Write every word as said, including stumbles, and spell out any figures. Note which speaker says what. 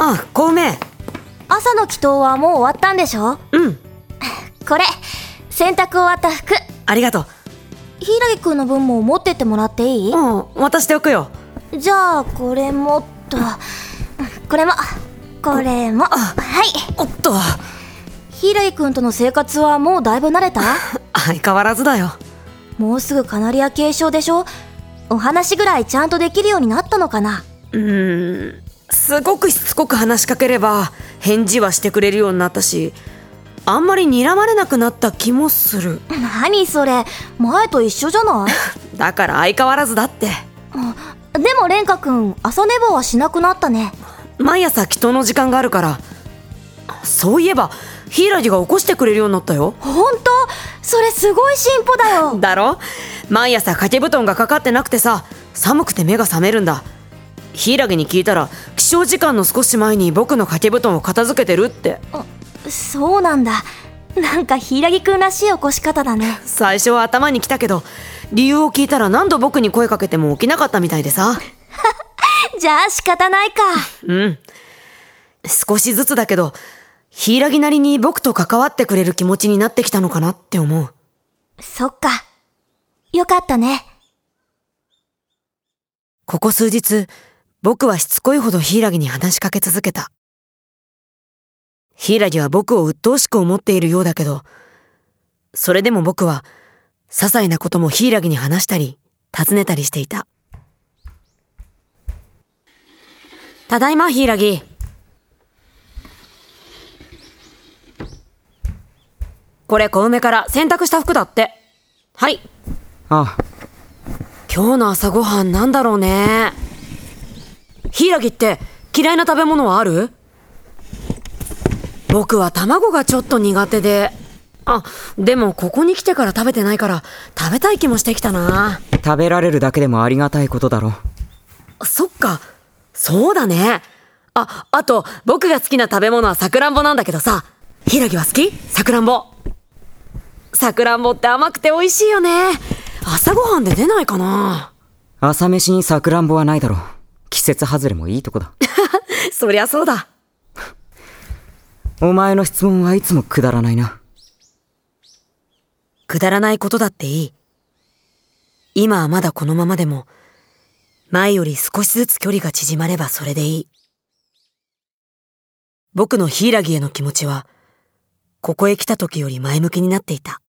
Speaker 1: あ、小梅。
Speaker 2: 朝の祈祷はもう終わったんでしょ？
Speaker 1: うん。
Speaker 2: これ、洗濯終わった服。
Speaker 1: ありがとう。
Speaker 2: 柊くんの分も持ってってもらっていい？
Speaker 1: うん、渡しておくよ。
Speaker 2: じゃあ、これもっと。これも、これも。はい。
Speaker 1: おっと。
Speaker 2: 柊くんとの生活はもうだいぶ慣れた？
Speaker 1: 相変わらずだよ。
Speaker 2: もうすぐカナリア継承でしょ？お話ぐらいちゃんとできるようになったのかな？
Speaker 1: うーん、すごくしつこく話しかければ返事はしてくれるようになったし、あんまり睨まれなくなった気もする。
Speaker 2: 何それ、前と一緒じゃない？
Speaker 1: だから相変わらずだって。
Speaker 2: でも蓮華くん、朝寝坊はしなくなったね。
Speaker 1: 毎朝祈祷の時間があるから。そういえば柊が起こしてくれるようになったよ。
Speaker 2: ほんと？それすごい進歩だよ。
Speaker 1: だろ？毎朝掛け布団がかかってなくてさ、寒くて目が覚めるんだ。柊に聞いたら起床時間の少し前に僕の掛け布団を片付けてるって。
Speaker 2: そうなんだ。なんか柊くんらしい起こし方だね。
Speaker 1: 最初は頭にきたけど、理由を聞いたら何度僕に声かけても起きなかったみたいでさ。
Speaker 2: じゃあ仕方ないか。
Speaker 1: うん。少しずつだけど柊なりに僕と関わってくれる気持ちになってきたのかなって思う。
Speaker 2: そっか。よかったね。
Speaker 1: ここ数日、僕はしつこいほど柊に話しかけ続けた。柊は僕を鬱陶しく思っているようだけど、それでも僕は些細なことも柊に話したり尋ねたりしていた。ただいま、柊。これ小梅から洗濯した服だって。はい。
Speaker 3: ああ。
Speaker 1: 今日の朝ごはんなんだろうね。柊って嫌いな食べ物はある？僕は卵がちょっと苦手で。あ、でもここに来てから食べてないから食べたい気もしてきたな。
Speaker 3: 食べられるだけでもありがたいことだろ。
Speaker 1: そっか、そうだね。あ、あと僕が好きな食べ物はさくらんぼなんだけどさ、柊は好き？さくらんぼ。さくらんぼって甘くて美味しいよね。朝ごはんで出ないかな。
Speaker 3: 朝飯にさくらんぼはないだろう。季節外れもいいとこだ。
Speaker 1: そりゃそうだ。
Speaker 3: お前の質問はいつもくだらないな。
Speaker 1: くだらないことだっていい。今はまだこのままでも、前より少しずつ距離が縮まればそれでいい。僕の柊への気持ちは、ここへ来た時より前向きになっていた。